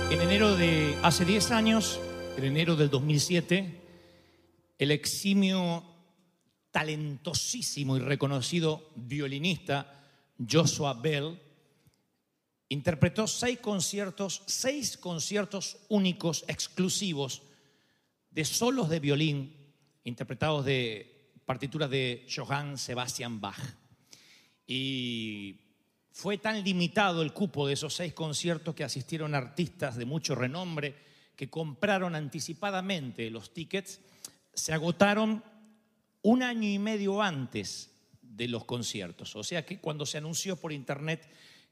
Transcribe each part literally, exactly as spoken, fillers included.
En enero de hace diez años, en enero del dos mil siete, el eximio, talentosísimo y reconocido violinista Joshua Bell interpretó seis conciertos, seis conciertos únicos, exclusivos, de solos de violín, interpretados de partituras de Johann Sebastian Bach. Y fue tan limitado el cupo de esos seis conciertos que asistieron artistas de mucho renombre que compraron anticipadamente los tickets. Se agotaron un año y medio antes de los conciertos. O sea que cuando se anunció por internet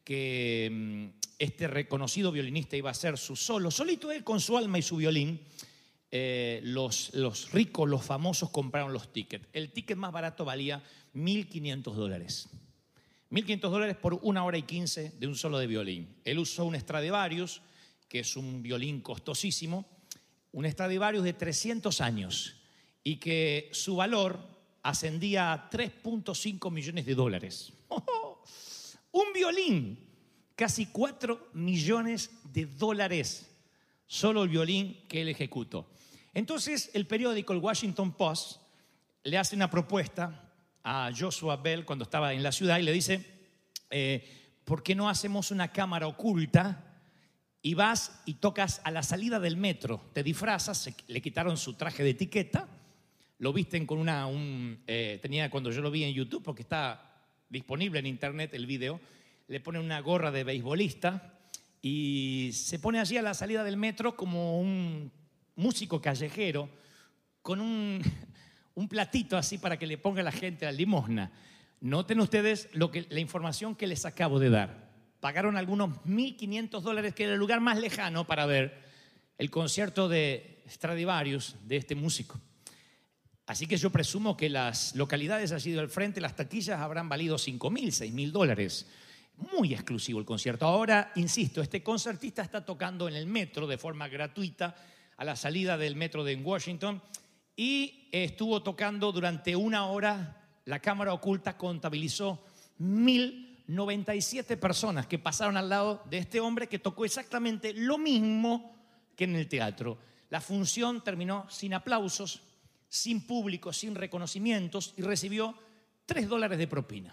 que este reconocido violinista iba a hacer su solo, solito él con su alma y su violín, eh, los, los ricos, los famosos compraron los tickets. El ticket más barato valía mil quinientos dólares. mil quinientos dólares por una hora y quince de un solo de violín. Él usó un Stradivarius, que es un violín costosísimo, un Stradivarius de trescientos años y que su valor ascendía a tres punto cinco millones de dólares. ¡Oh! Un violín, casi cuatro millones de dólares, solo el violín que él ejecutó. Entonces el periódico, el Washington Post, le hace una propuesta a Joshua Bell cuando estaba en la ciudad y le dice, eh, ¿por qué no hacemos una cámara oculta y vas y tocas a la salida del metro? Te disfrazas, se, le quitaron su traje de etiqueta, lo visten con una, un, eh, tenía cuando yo lo vi en YouTube, porque está disponible en internet el video, le ponen una gorra de beisbolista y se pone allí a la salida del metro como un músico callejero con un... un platito así para que le ponga a la gente la limosna. Noten ustedes lo que, la información que les acabo de dar. Pagaron algunos mil quinientos dólares, que era el lugar más lejano para ver el concierto de Stradivarius de este músico. Así que yo presumo que las localidades allí del frente, las taquillas, habrán valido cinco mil, seis mil dólares. Muy exclusivo el concierto. Ahora, insisto, este concertista está tocando en el metro de forma gratuita a la salida del metro de Washington. Y estuvo tocando durante una hora. La cámara oculta contabilizó mil noventa y siete personas que pasaron al lado de este hombre que tocó exactamente lo mismo que en el teatro. La función terminó sin aplausos, sin público, sin reconocimientos y recibió tres dólares de propina.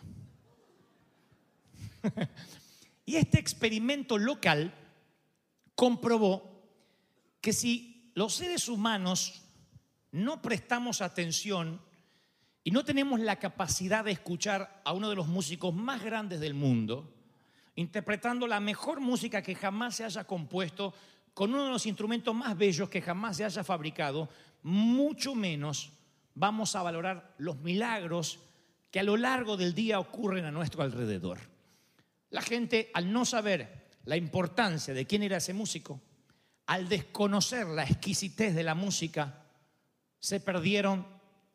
Y este experimento local comprobó que si los seres humanos no prestamos atención y no tenemos la capacidad de escuchar a uno de los músicos más grandes del mundo, interpretando la mejor música que jamás se haya compuesto, con uno de los instrumentos más bellos que jamás se haya fabricado, mucho menos vamos a valorar los milagros que a lo largo del día ocurren a nuestro alrededor. La gente, al no saber la importancia de quién era ese músico, al desconocer la exquisitez de la música, se perdieron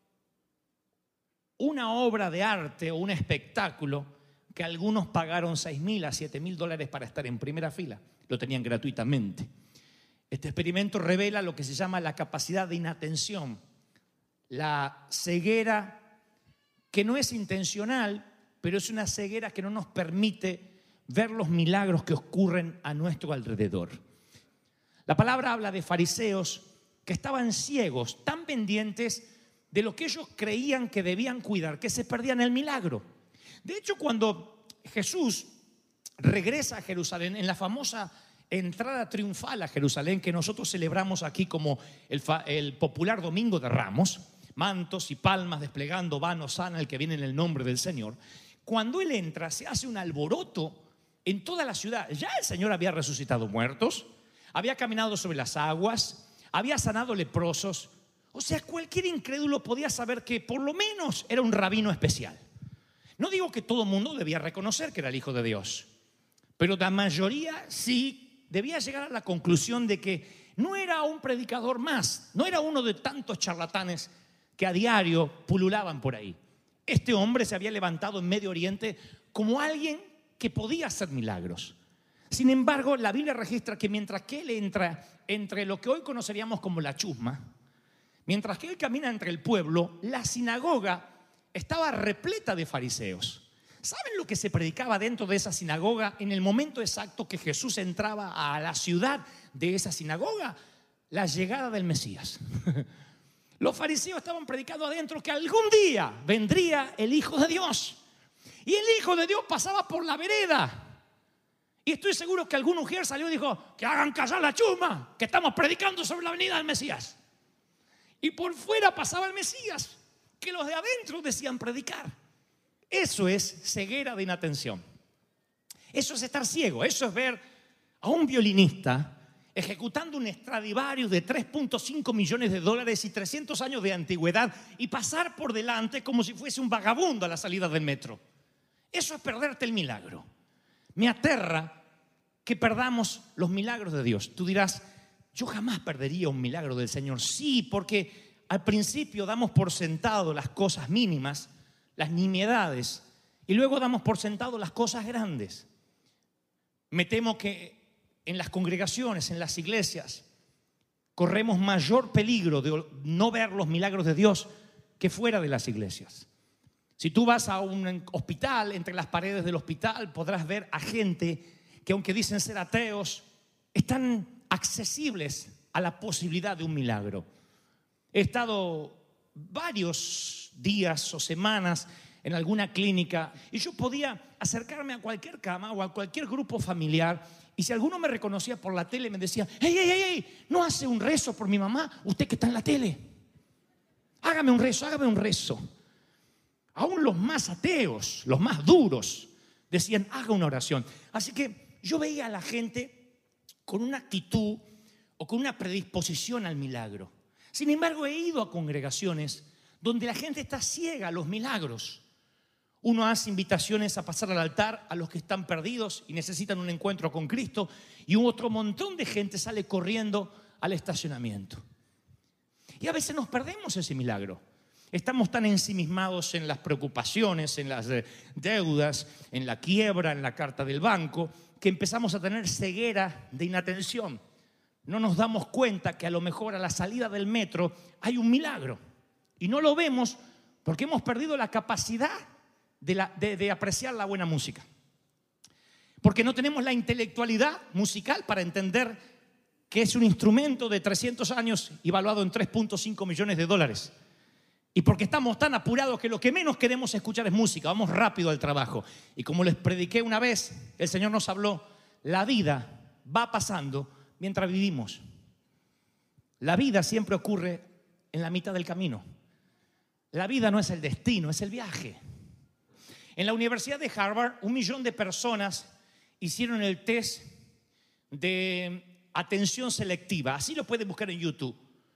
una obra de arte o un espectáculo que algunos pagaron seis mil a siete mil dólares para estar en primera fila. Lo tenían gratuitamente. Este experimento revela lo que se llama la capacidad de inatención, la ceguera que no es intencional, pero es una ceguera que no nos permite ver los milagros que ocurren a nuestro alrededor. La palabra habla de fariseos que estaban ciegos, tan pendientes de lo que ellos creían que debían cuidar, que se perdían el milagro. De hecho, cuando Jesús regresa a Jerusalén, en la famosa entrada triunfal a Jerusalén, que nosotros celebramos aquí como el, el popular Domingo de Ramos, mantos y palmas desplegando, van Hosana el que viene en el nombre del Señor. Cuando Él entra, se hace un alboroto en toda la ciudad. Ya el Señor había resucitado muertos, había caminado sobre las aguas, había sanado leprosos. O sea, cualquier incrédulo podía saber que por lo menos era un rabino especial. No digo que todo el mundo debía reconocer que era el Hijo de Dios, pero la mayoría sí debía llegar a la conclusión de que no era un predicador más, no era uno de tantos charlatanes que a diario pululaban por ahí. Este hombre se había levantado en Medio Oriente como alguien que podía hacer milagros. Sin embargo, la Biblia registra que mientras que él entra entre lo que hoy conoceríamos como la chusma, mientras que él camina entre el pueblo, la sinagoga estaba repleta de fariseos. ¿Saben lo que se predicaba dentro de esa sinagoga en el momento exacto que Jesús entraba a la ciudad de esa sinagoga? La llegada del Mesías. Los fariseos estaban predicando adentro que algún día vendría el Hijo de Dios. Y el Hijo de Dios pasaba por la vereda. Y estoy seguro que algún mujer salió y dijo: que hagan callar la chuma, que estamos predicando sobre la venida del Mesías. Y por fuera pasaba el Mesías, que los de adentro decían predicar. Eso es ceguera de inatención. Eso es estar ciego. Eso es ver a un violinista ejecutando un Stradivarius de tres punto cinco millones de dólares y trescientos años de antigüedad y pasar por delante como si fuese un vagabundo a la salida del metro. Eso es perderte el milagro. Me aterra que perdamos los milagros de Dios. Tú dirás: yo jamás perdería un milagro del Señor. Sí, porque al principio damos por sentado las cosas mínimas, las nimiedades, y luego damos por sentado las cosas grandes. Me temo que en las congregaciones, en las iglesias, corremos mayor peligro de no ver los milagros de Dios que fuera de las iglesias. Si tú vas a un hospital, entre las paredes del hospital podrás ver a gente que, aunque dicen ser ateos, están accesibles a la posibilidad de un milagro. He estado varios días o semanas en alguna clínica y yo podía acercarme a cualquier cama o a cualquier grupo familiar, y si alguno me reconocía por la tele me decía: hey, hey, hey, hey, ¿no hace un rezo por mi mamá? Usted que está en la tele, hágame un rezo, hágame un rezo. Aún los más ateos, los más duros, decían: haga una oración. Así que yo veía a la gente con una actitud o con una predisposición al milagro. Sin embargo, he ido a congregaciones donde la gente está ciega a los milagros. Uno hace invitaciones a pasar al altar a los que están perdidos y necesitan un encuentro con Cristo, y un otro montón de gente sale corriendo al estacionamiento. Y a veces nos perdemos ese milagro. Estamos tan ensimismados en las preocupaciones, en las deudas, en la quiebra, en la carta del banco, que empezamos a tener ceguera de inatención. No nos damos cuenta que a lo mejor a la salida del metro hay un milagro y no lo vemos porque hemos perdido la capacidad de, la, de, de apreciar la buena música, porque no tenemos la intelectualidad musical para entender que es un instrumento de trescientos años y valuado en tres punto cinco millones de dólares. Y porque estamos tan apurados que lo que menos queremos escuchar es música, vamos rápido al trabajo. Y como les prediqué una vez, el Señor nos habló: la vida va pasando mientras vivimos. La vida siempre ocurre en la mitad del camino. La vida no es el destino, es el viaje. En la Universidad de Harvard, un millón de personas hicieron el test de atención selectiva. Así lo pueden buscar en YouTube.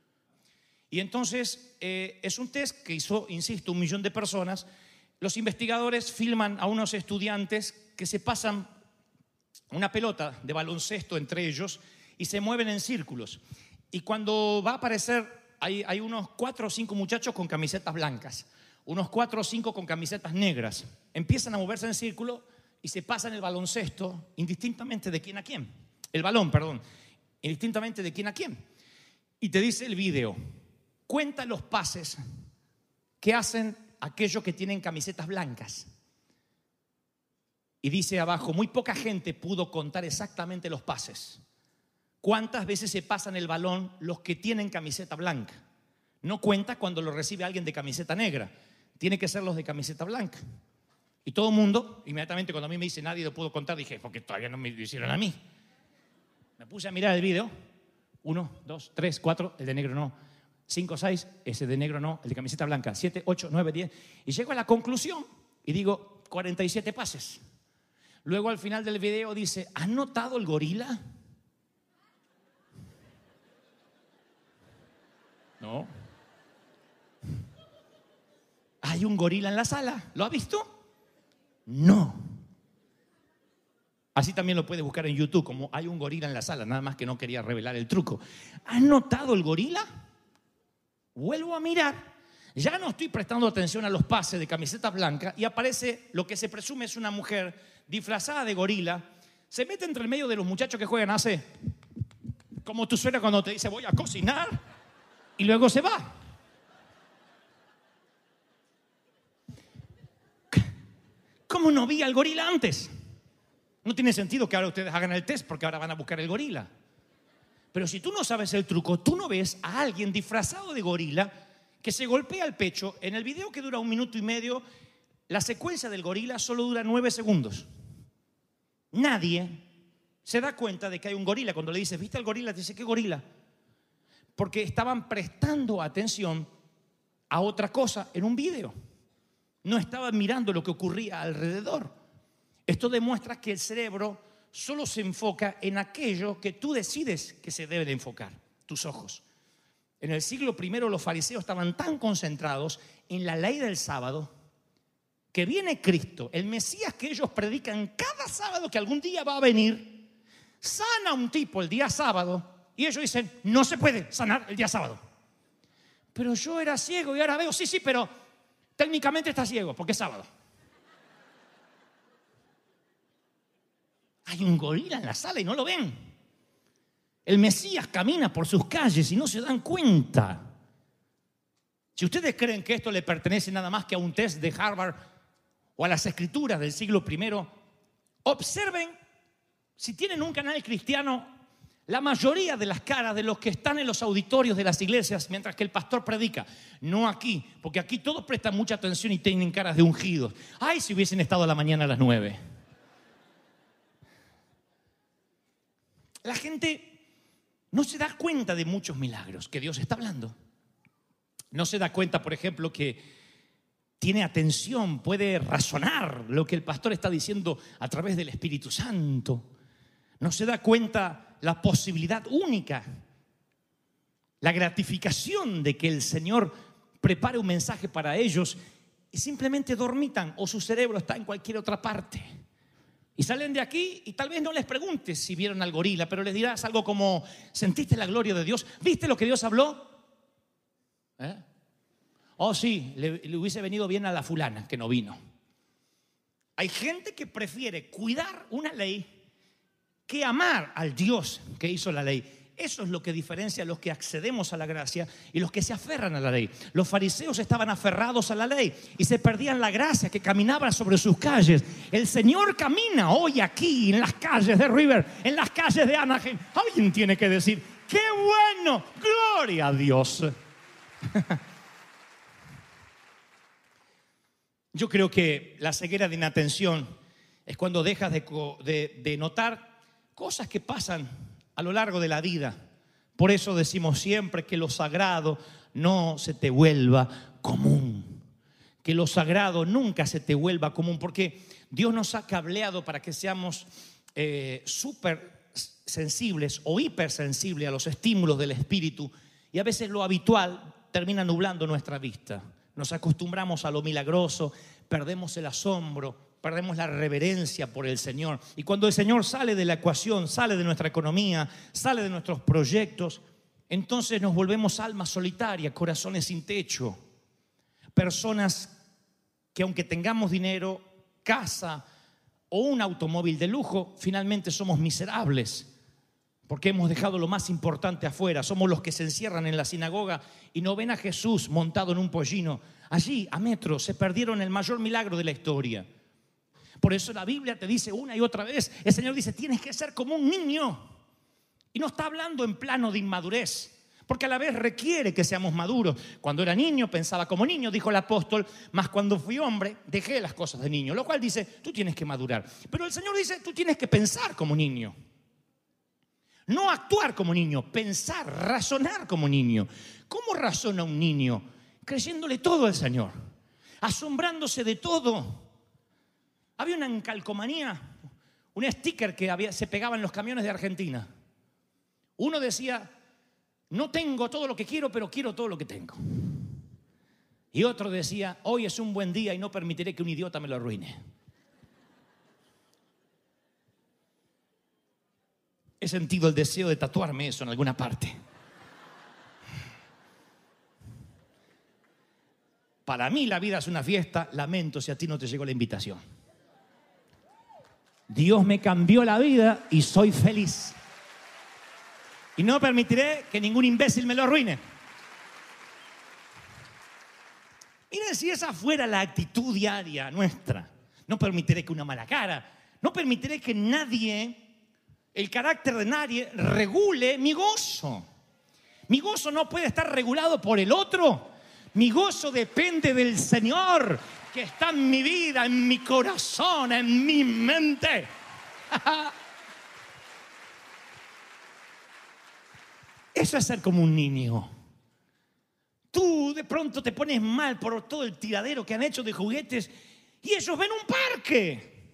Y entonces eh, es un test que hizo, insisto, un millón de personas. Los investigadores filman a unos estudiantes que se pasan una pelota de baloncesto entre ellos y se mueven en círculos. Y cuando va a aparecer, hay, hay unos cuatro o cinco muchachos con camisetas blancas, unos cuatro o cinco con camisetas negras. Empiezan a moverse en círculo y se pasan el baloncesto indistintamente de quién a quién. El balón, perdón, indistintamente de quién a quién. Y te dice el video: cuenta los pases que hacen aquellos que tienen camisetas blancas. Y dice abajo: muy poca gente pudo contar exactamente los pases. ¿Cuántas veces se pasan el balón los que tienen camiseta blanca? No cuenta cuando lo recibe alguien de camiseta negra. Tiene que ser los de camiseta blanca. Y todo el mundo, inmediatamente cuando a mí me dice nadie lo pudo contar, dije: porque todavía no me lo hicieron a mí. Me puse a mirar el video. Uno, dos, tres, cuatro, el de negro no. Cinco, seis, ese de negro no. El de camiseta blanca, siete, ocho, nueve, diez. Y llego a la conclusión y digo: cuarenta y siete pases. Luego al final del video dice: ¿has notado el gorila? No. ¿Hay un gorila en la sala? ¿Lo ha visto? No. Así también lo puedes buscar en YouTube, como hay un gorila en la sala, nada más que no quería revelar el truco. ¿Has notado el gorila? Vuelvo a mirar, ya no estoy prestando atención a los pases de camiseta blanca y aparece lo que se presume es una mujer disfrazada de gorila. Se mete entre el medio de los muchachos que juegan, hace como tu suegra cuando te dice voy a cocinar, y luego se va. ¿cómo no vi al gorila antes? No tiene sentido que ahora ustedes hagan el test porque ahora van a buscar el gorila. Pero si tú no sabes el truco, tú no ves a alguien disfrazado de gorila que se golpea el pecho. En el video que dura un minuto y medio, la secuencia del gorila solo dura nueve segundos. Nadie se da cuenta de que hay un gorila. Cuando le dices, ¿viste al gorila? Te dice, ¿qué gorila? Porque estaban prestando atención a otra cosa en un video. No estaban mirando lo que ocurría alrededor. Esto demuestra que el cerebro solo se enfoca en aquello que tú decides que se debe de enfocar, tus ojos. En el siglo primero los fariseos estaban tan concentrados en la ley del sábado que viene Cristo, el Mesías que ellos predican cada sábado que algún día va a venir, sana a un tipo el día sábado y ellos dicen, no se puede sanar el día sábado. Pero yo era ciego y ahora veo, sí, sí, pero técnicamente está ciego porque es sábado. Hay un gorila en la sala y no lo ven. El Mesías camina por sus calles y no se dan cuenta. Si ustedes creen que esto le pertenece nada más que a un test de Harvard o a las escrituras del siglo primero, observen, si tienen un canal cristiano, la mayoría de las caras de los que están en los auditorios de las iglesias mientras que el pastor predica. No aquí, porque aquí todos prestan mucha atención y tienen caras de ungidos. Ay, si hubiesen estado a la mañana a las nueve. La gente no se da cuenta de muchos milagros que Dios está hablando. No se da cuenta, por ejemplo, que tiene atención, puede razonar lo que el pastor está diciendo a través del Espíritu Santo. No se da cuenta la posibilidad única, la gratificación de que el Señor prepare un mensaje para ellos y simplemente dormitan o su cerebro está en cualquier otra parte. Y salen de aquí y tal vez no les preguntes si vieron al gorila, pero les dirás algo como, ¿sentiste la gloria de Dios? ¿Viste lo que Dios habló? ¿Eh? Oh, sí, le, le hubiese venido bien a la fulana que no vino. Hay gente que prefiere cuidar una ley que amar al Dios que hizo la ley. Eso es lo que diferencia a los que accedemos a la gracia y los que se aferran a la ley. Los fariseos estaban aferrados a la ley y se perdían la gracia que caminaba sobre sus calles. El Señor camina hoy aquí en las calles de River, en las calles de Anaheim. Alguien tiene que decir, ¡qué bueno! ¡Gloria a Dios! Yo creo que la ceguera de inatención es cuando dejas de, de, de notar cosas que pasan a lo largo de la vida. Por eso decimos siempre que lo sagrado no se te vuelva común. Que lo sagrado nunca se te vuelva común, porque Dios nos ha cableado para que seamos eh, súper sensibles o hipersensibles a los estímulos del espíritu, y a veces lo habitual termina nublando nuestra vista. Nos acostumbramos a lo milagroso, perdemos el asombro, perdemos la reverencia por el Señor. Y cuando el Señor sale de la ecuación, sale de nuestra economía, sale de nuestros proyectos, entonces nos volvemos almas solitarias, corazones sin techo. Personas que aunque tengamos dinero, casa o un automóvil de lujo, finalmente somos miserables. Porque hemos dejado lo más importante afuera. Somos los que se encierran en la sinagoga y no ven a Jesús montado en un pollino. Allí, a metros, se perdieron el mayor milagro de la historia. Por eso la Biblia te dice una y otra vez, el Señor dice, tienes que ser como un niño. Y no está hablando en plano de inmadurez, porque a la vez requiere que seamos maduros. Cuando era niño pensaba como niño, dijo el apóstol, mas cuando fui hombre dejé las cosas de niño. Lo cual dice, tú tienes que madurar. Pero el Señor dice, tú tienes que pensar como niño. No actuar como niño, pensar, razonar como niño. ¿Cómo razona un niño? Creyéndole todo al Señor, asombrándose de todo. Había una encalcomanía, un sticker que había, se pegaba en los camiones de Argentina. Uno decía, no tengo todo lo que quiero, pero quiero todo lo que tengo. Y otro decía, hoy es un buen día y no permitiré que un idiota me lo arruine. He sentido el deseo de tatuarme eso en alguna parte. Para mí la vida es una fiesta. Lamento si a ti no te llegó la invitación. Dios me cambió la vida y soy feliz. Y no permitiré que ningún imbécil me lo arruine. Miren, si esa fuera la actitud diaria nuestra, no permitiré que una mala cara, no permitiré que nadie, el carácter de nadie, regule mi gozo. Mi gozo no puede estar regulado por el otro. Mi gozo depende del Señor, que está en mi vida, en mi corazón, en mi mente. Eso es ser como un niño. Tú de pronto te pones mal por todo el tiradero que han hecho de juguetes y ellos ven un parque.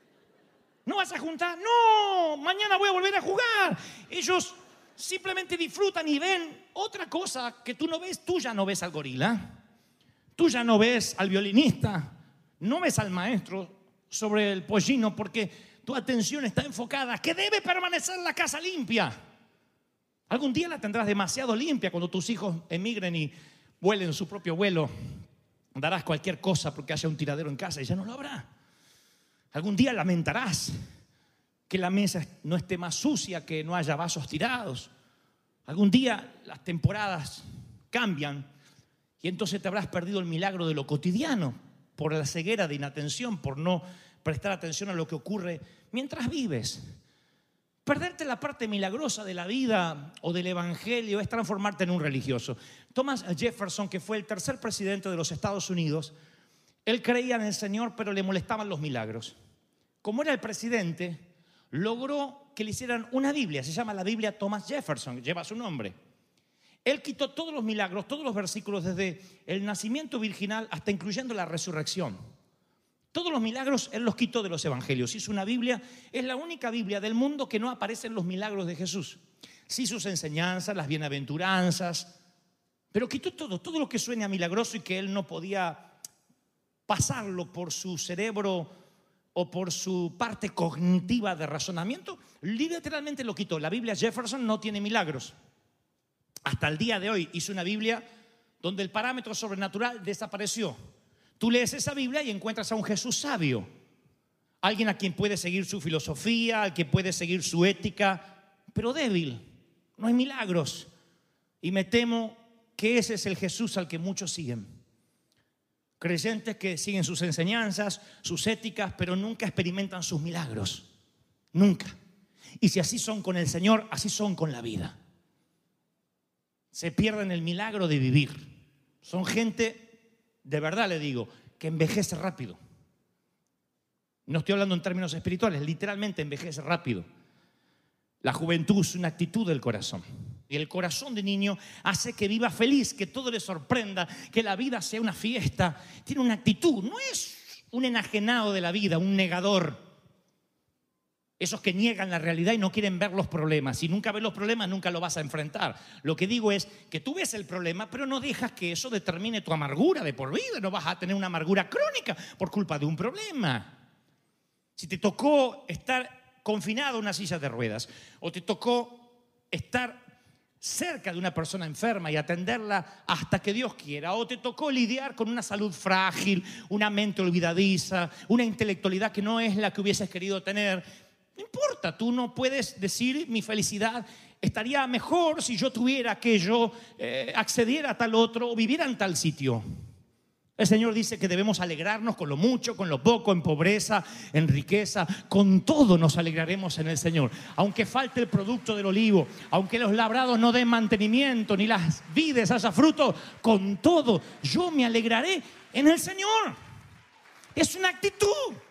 ¿No vas a juntar? No, mañana voy a volver a jugar. Ellos simplemente disfrutan y ven otra cosa que tú no ves. Tú ya no ves al gorila, tú ya no ves al violinista, no ves al maestro sobre el pollino, porque tu atención está enfocada que debe permanecer la casa limpia. Algún día la tendrás demasiado limpia cuando tus hijos emigren y vuelen su propio vuelo. Darás cualquier cosa porque haya un tiradero en casa y ya no lo habrá. Algún día lamentarás que la mesa no esté más sucia, que no haya vasos tirados. Algún día las temporadas cambian y entonces te habrás perdido el milagro de lo cotidiano por la ceguera de inatención, por no prestar atención a lo que ocurre mientras vives. Perderte la parte milagrosa de la vida o del evangelio es transformarte en un religioso. Thomas Jefferson, que fue el tercer presidente de los Estados Unidos, él creía en el Señor, pero le molestaban los milagros. Como era el presidente, logró que le hicieran una Biblia. Se llama la Biblia Thomas Jefferson, lleva su nombre. Él quitó todos los milagros, todos los versículos, desde el nacimiento virginal hasta incluyendo la resurrección. Todos los milagros Él los quitó de los evangelios. Hizo una Biblia, es la única Biblia del mundo que no aparecen los milagros de Jesús. Sí, sus enseñanzas, las bienaventuranzas, pero quitó todo, todo lo que suena milagroso y que Él no podía pasarlo por su cerebro o por su parte cognitiva de razonamiento. Literalmente lo quitó. La Biblia Jefferson no tiene milagros. Hasta el día de hoy hizo una Biblia donde el parámetro sobrenatural desapareció. Tú lees esa Biblia y encuentras a un Jesús sabio, alguien a quien puedes seguir su filosofía, al que puedes seguir su ética, pero débil. No hay milagros. Y me temo que ese es el Jesús al que muchos siguen. Creyentes que siguen sus enseñanzas, sus éticas, pero nunca experimentan sus milagros. Nunca. Y si así son con el Señor, así son con la vida. Se pierden el milagro de vivir. Son gente, de verdad le digo, que envejece rápido. No estoy hablando en términos espirituales, literalmente envejece rápido. La juventud es una actitud del corazón. Y el corazón de niño hace que viva feliz, que todo le sorprenda, que la vida sea una fiesta. Tiene una actitud, no es un enajenado de la vida, un negador. Esos que niegan la realidad y no quieren ver los problemas. Si nunca ves los problemas, nunca lo vas a enfrentar. Lo que digo es que tú ves el problema, pero no dejas que eso determine tu amargura de por vida. No vas a tener una amargura crónica por culpa de un problema. Si te tocó estar confinado en una silla de ruedas, o te tocó estar cerca de una persona enferma y atenderla hasta que Dios quiera, o te tocó lidiar con una salud frágil, una mente olvidadiza, una intelectualidad que no es la que hubieses querido tener, no importa, tú no puedes decir mi felicidad estaría mejor si yo tuviera aquello, eh, accediera a tal otro o viviera en tal sitio. El Señor dice que debemos alegrarnos con lo mucho, con lo poco, en pobreza, en riqueza. Con todo nos alegraremos en el Señor. Aunque falte el producto del olivo, aunque los labrados no den mantenimiento, ni las vides haya fruto, con todo yo me alegraré en el Señor. Es una actitud.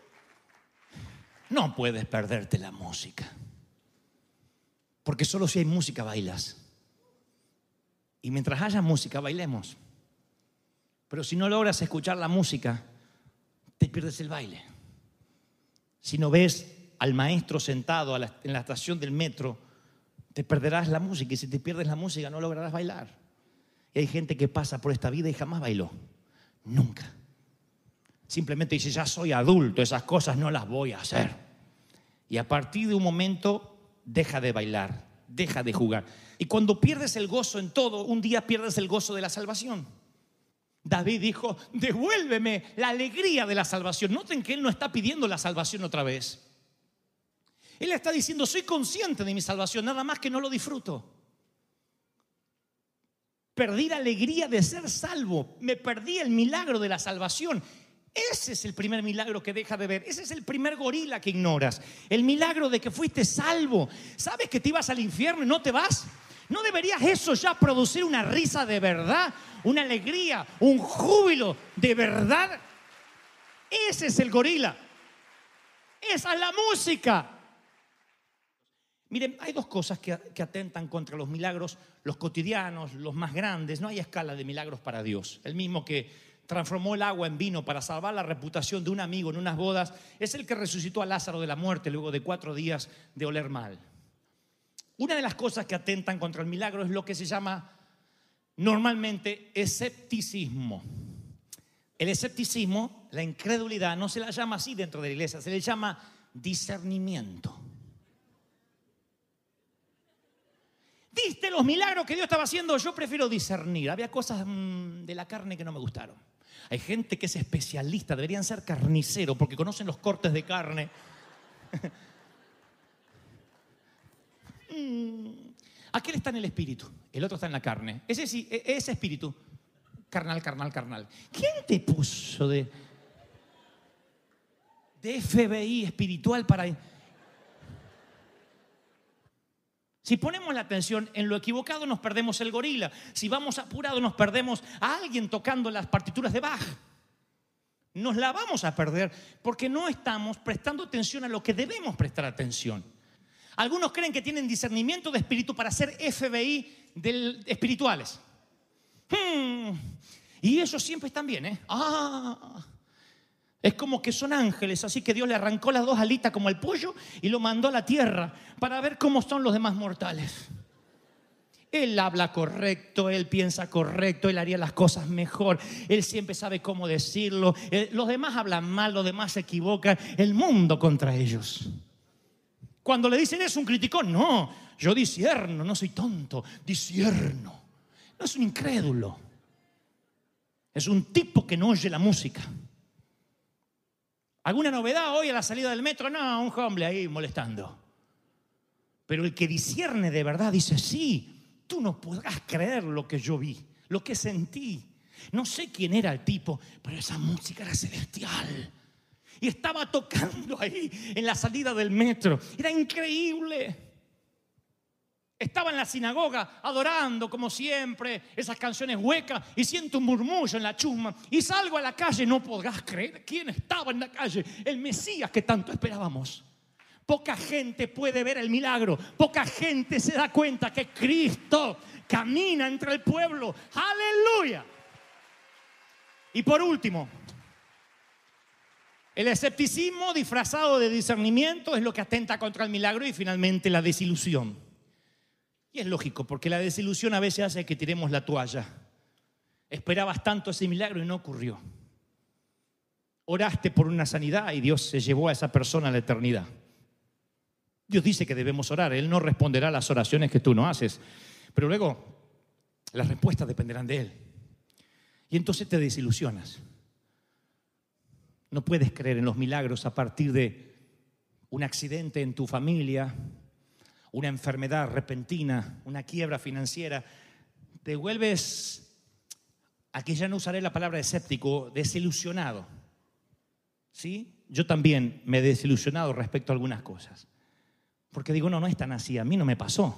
No puedes perderte la música, porque solo si hay música bailas. Y mientras haya música, bailemos. Pero si no logras escuchar la música, te pierdes el baile. Si no ves al maestro sentado a la, en la estación del metro, te perderás la música. Y si te pierdes la música, no lograrás bailar. Y hay gente que pasa por esta vida y jamás bailó. Nunca. Simplemente dice, ya soy adulto, esas cosas no las voy a hacer. Y a partir de un momento, deja de bailar, deja de jugar. Y cuando pierdes el gozo en todo, un día pierdes el gozo de la salvación. David dijo, devuélveme la alegría de la salvación. Noten que él no está pidiendo la salvación otra vez. Él está diciendo, soy consciente de mi salvación, nada más que no lo disfruto. Perdí la alegría de ser salvo, me perdí el milagro de la salvación. Ese es el primer milagro que deja de ver. Ese es el primer gorila que ignoras. El milagro de que fuiste salvo. ¿Sabes que te ibas al infierno y no te vas? ¿No deberías eso ya producir una risa de verdad? Una alegría, un júbilo de verdad. Ese es el gorila. Esa es la música. Miren, hay dos cosas que, que atentan contra los milagros, los cotidianos, los más grandes. No hay escala de milagros para Dios. El mismo que transformó el agua en vino para salvar la reputación de un amigo en unas bodas es el que resucitó a Lázaro de la muerte luego de cuatro días de oler mal. Una de las cosas que atentan contra el milagro es lo que se llama normalmente escepticismo. El escepticismo, la incredulidad, no se la llama así dentro de la iglesia, se le llama discernimiento. ¿Viste los milagros que Dios estaba haciendo? Yo prefiero discernir. Había cosas mmm, de la carne que no me gustaron. Hay gente que es especialista, deberían ser carniceros porque conocen los cortes de carne. Aquel está en el espíritu, el otro está en la carne. Ese sí, ese espíritu, carnal, carnal, carnal. ¿Quién te puso de, de F B I espiritual para... Si ponemos la atención en lo equivocado nos perdemos el gorila. Si vamos apurados nos perdemos a alguien tocando las partituras de Bach. Nos la vamos a perder porque no estamos prestando atención a lo que debemos prestar atención. Algunos creen que tienen discernimiento de espíritu para ser F B I del, espirituales. Hmm. Y ellos siempre están bien, ¿eh? Ah, es como que son ángeles, así que Dios le arrancó las dos alitas como el pollo y lo mandó a la tierra para ver cómo son los demás mortales. Él habla correcto, él piensa correcto, él haría las cosas mejor, él siempre sabe cómo decirlo. Los demás hablan mal, los demás se equivocan, el mundo contra ellos. Cuando le dicen es un criticón, no, yo discierno, no soy tonto, discierno. No es un incrédulo, es un tipo que no oye la música. ¿Alguna novedad hoy a la salida del metro? No, un hombre ahí molestando. Pero el que discierne de verdad dice, sí, tú no podrás creer lo que yo vi, lo que sentí. No sé quién era el tipo, pero esa música era celestial. Y estaba tocando ahí en la salida del metro. Era increíble. Estaba en la sinagoga adorando como siempre esas canciones huecas y siento un murmullo en la chusma y salgo a la calle. No podrás creer quién estaba en la calle. El Mesías que tanto esperábamos. Poca gente puede ver el milagro. Poca gente se da cuenta que Cristo camina entre el pueblo. ¡Aleluya! Y por último, el escepticismo disfrazado de discernimiento es lo que atenta contra el milagro. Y finalmente la desilusión. Y es lógico, porque la desilusión a veces hace que tiremos la toalla. Esperabas tanto ese milagro y no ocurrió. Oraste por una sanidad y Dios se llevó a esa persona a la eternidad. Dios dice que debemos orar. Él no responderá a las oraciones que tú no haces. Pero luego las respuestas dependerán de Él. Y entonces te desilusionas. No puedes creer en los milagros a partir de un accidente en tu familia, una enfermedad repentina, una quiebra financiera. Te vuelves, aquí ya no usaré la palabra escéptico, desilusionado. ¿Sí? Yo también me he desilusionado respecto a algunas cosas. Porque digo, no, no es tan así, a mí no me pasó.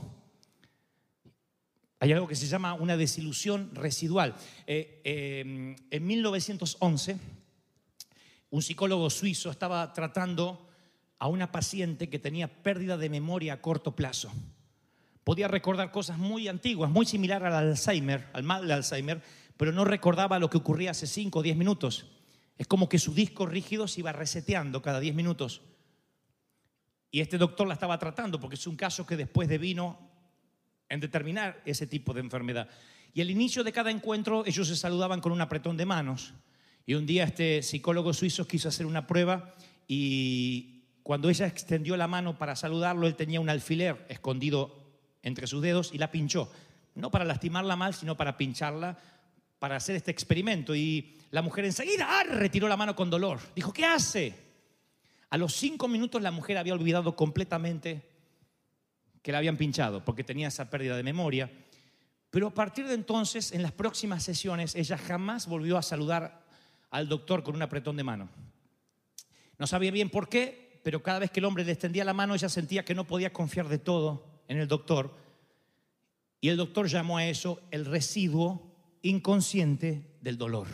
Hay algo que se llama una desilusión residual. Eh, eh, en mil novecientos once, un psicólogo suizo estaba tratando a una paciente que tenía pérdida de memoria a corto plazo. Podía recordar cosas muy antiguas, muy similar al Alzheimer, al mal de Alzheimer, pero no recordaba lo que ocurría hace cinco o diez minutos. Es como que su disco rígido se iba reseteando cada diez minutos. Y este doctor la estaba tratando porque es un caso que después devino en determinar ese tipo de enfermedad. Y al inicio de cada encuentro ellos se saludaban con un apretón de manos. Y un día este psicólogo suizo quiso hacer una prueba y cuando ella extendió la mano para saludarlo, él tenía un alfiler escondido entre sus dedos y la pinchó. No para lastimarla mal, sino para pincharla, para hacer este experimento. Y la mujer enseguida ¡ah! Retiró la mano con dolor. Dijo, ¿qué hace? A los cinco minutos la mujer había olvidado completamente que la habían pinchado, porque tenía esa pérdida de memoria. Pero a partir de entonces, en las próximas sesiones, ella jamás volvió a saludar al doctor con un apretón de mano. No sabía bien por qué, pero cada vez que el hombre le extendía la mano, ella sentía que no podía confiar de todo en el doctor. Y el doctor llamó a eso el residuo inconsciente del dolor.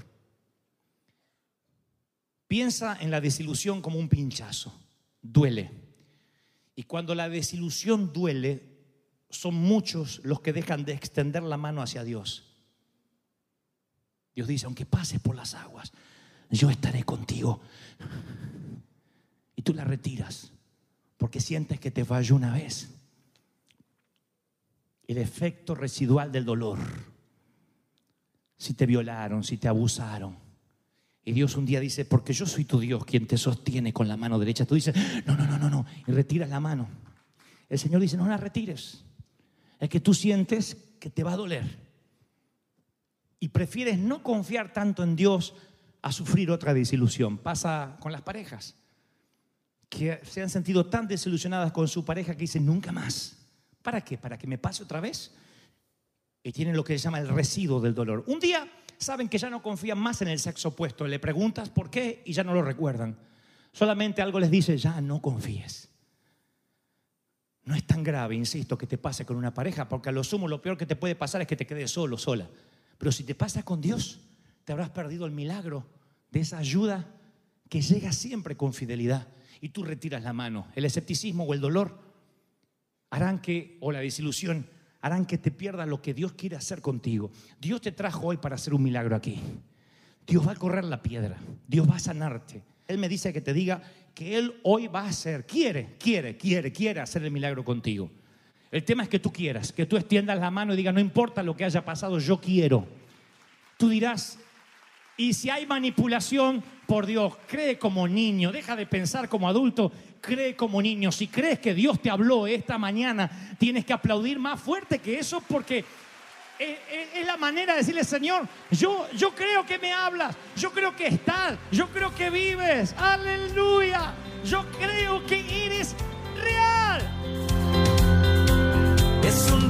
Piensa en la desilusión como un pinchazo. Duele. Y cuando la desilusión duele, son muchos los que dejan de extender la mano hacia Dios. Dios dice, aunque pases por las aguas, yo estaré contigo. Y tú la retiras porque sientes que te falló una vez. El efecto residual del dolor. Si te violaron, si te abusaron. Y Dios un día dice, porque yo soy tu Dios quien te sostiene con la mano derecha. Tú dices, no, no, no, no, no. Y retiras la mano. El Señor dice, no la retires. Es que tú sientes que te va a doler. Y prefieres no confiar tanto en Dios a sufrir otra desilusión. Pasa con las parejas que se han sentido tan desilusionadas con su pareja que dicen, nunca más. ¿Para qué? ¿Para que me pase otra vez? Y tienen lo que se llama el residuo del dolor. Un día saben que ya no confían más en el sexo opuesto. Le preguntas por qué y ya no lo recuerdan. Solamente algo les dice, ya no confíes. No es tan grave, insisto, que te pase con una pareja, porque a lo sumo lo peor que te puede pasar es que te quedes solo, sola. Pero si te pasa con Dios, te habrás perdido el milagro de esa ayuda que llega siempre con fidelidad. Y tú retiras la mano. El escepticismo o el dolor harán que, o la desilusión, harán que te pierdas lo que Dios quiere hacer contigo. Dios te trajo hoy para hacer un milagro aquí. Dios va a correr la piedra. Dios va a sanarte. Él me dice que te diga que Él hoy va a hacer, quiere, quiere, quiere, quiere hacer el milagro contigo. El tema es que tú quieras, que tú extiendas la mano y digas, no importa lo que haya pasado, yo quiero. Tú dirás, y si hay manipulación, por Dios, cree como niño, deja de pensar como adulto, cree como niño. Si crees que Dios te habló esta mañana, tienes que aplaudir más fuerte que eso, porque es, es, es la manera de decirle, Señor, yo, yo creo que me hablas, yo creo que estás, yo creo que vives, aleluya, yo creo que eres real. Es un